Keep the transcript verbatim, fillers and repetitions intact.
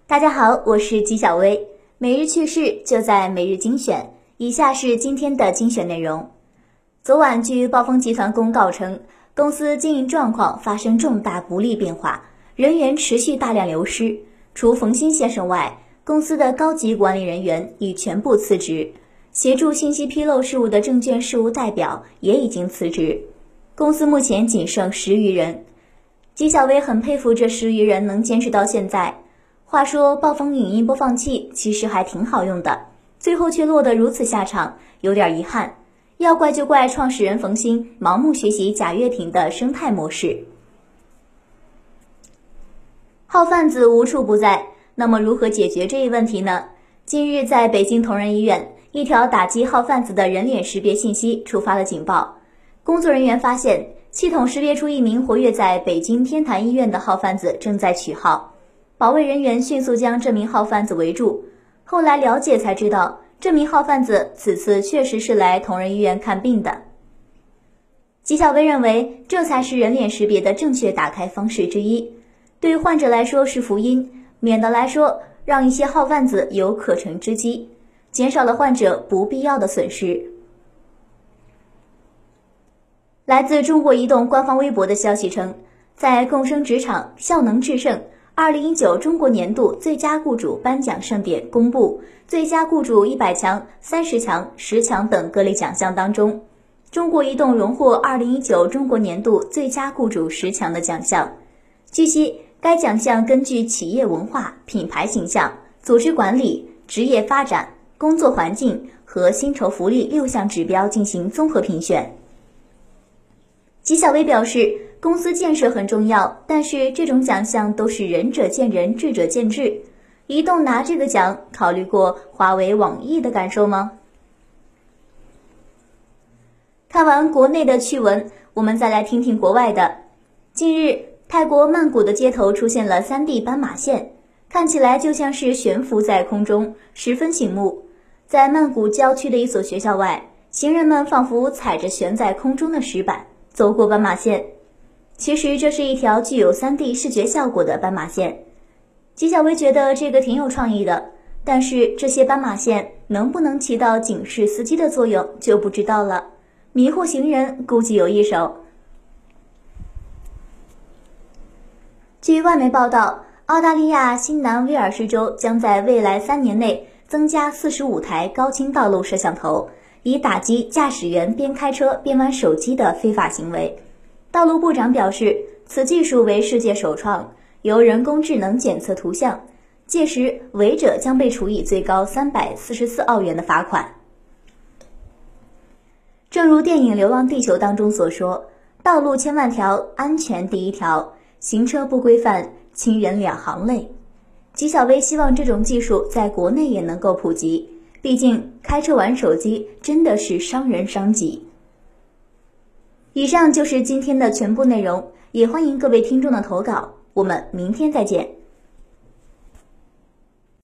大家好，我是纪晓薇，每日趣事就在每日精选。以下是今天的精选内容。昨晚，据暴风集团公告称，公司经营状况发生重大不利变化，人员持续大量流失。除冯鑫先生外，公司的高级管理人员已全部辞职，协助信息披露事务的证券事务代表也已经辞职。公司目前仅剩十余人。纪晓薇很佩服这十余人能坚持到现在。话说暴风影音播放器其实还挺好用的，最后却落得如此下场，有点遗憾。要怪就怪创始人冯鑫盲目学习贾跃亭的生态模式。号贩子无处不在，那么如何解决这一问题呢？近日在北京同仁医院，一条打击号贩子的人脸识别信息触发了警报。工作人员发现，系统识别出一名活跃在北京天坛医院的号贩子正在取号。保卫人员迅速将这名号贩子围住，后来了解才知道，这名号贩子此次确实是来同仁医院看病的。纪晓薇认为，这才是人脸识别的正确打开方式之一，对患者来说是福音，免得来说让一些号贩子有可乘之机，减少了患者不必要的损失。来自中国移动官方微博的消息称，在共生职场效能制胜二零一九中国年度最佳雇主颁奖盛典公布，最佳雇主一百强、三十强、十强等各类奖项当中，中国移动荣获二零一九中国年度最佳雇主十强的奖项。据悉，该奖项根据企业文化、品牌形象、组织管理、职业发展、工作环境和薪酬福利六项指标进行综合评选。纪晓薇表示，公司建设很重要，但是这种奖项都是仁者见仁，智者见智。移动拿这个奖，考虑过华为、网易的感受吗？看完国内的趣闻，我们再来听听国外的。近日，泰国曼谷的街头出现了 三 D 斑马线，看起来就像是悬浮在空中，十分醒目。在曼谷郊区的一所学校外，行人们仿佛踩着悬在空中的石板走过斑马线。其实这是一条具有 三 D 视觉效果的斑马线。纪晓薇觉得这个挺有创意的，但是这些斑马线能不能起到警示司机的作用就不知道了，迷惑行人估计有一手。据外媒报道，澳大利亚新南威尔士州将在未来三年内增加四十五台高清道路摄像头，以打击驾驶员边开车边玩手机的非法行为。道路部长表示，此技术为世界首创，由人工智能检测图像，届时违者将被处以最高三百四十四澳元的罚款。正如电影《流浪地球》当中所说，道路千万条，安全第一条，行车不规范，亲人两行泪。纪晓薇希望这种技术在国内也能够普及，毕竟开车玩手机真的是伤人伤己。以上就是今天的全部内容，也欢迎各位听众的投稿，我们明天再见。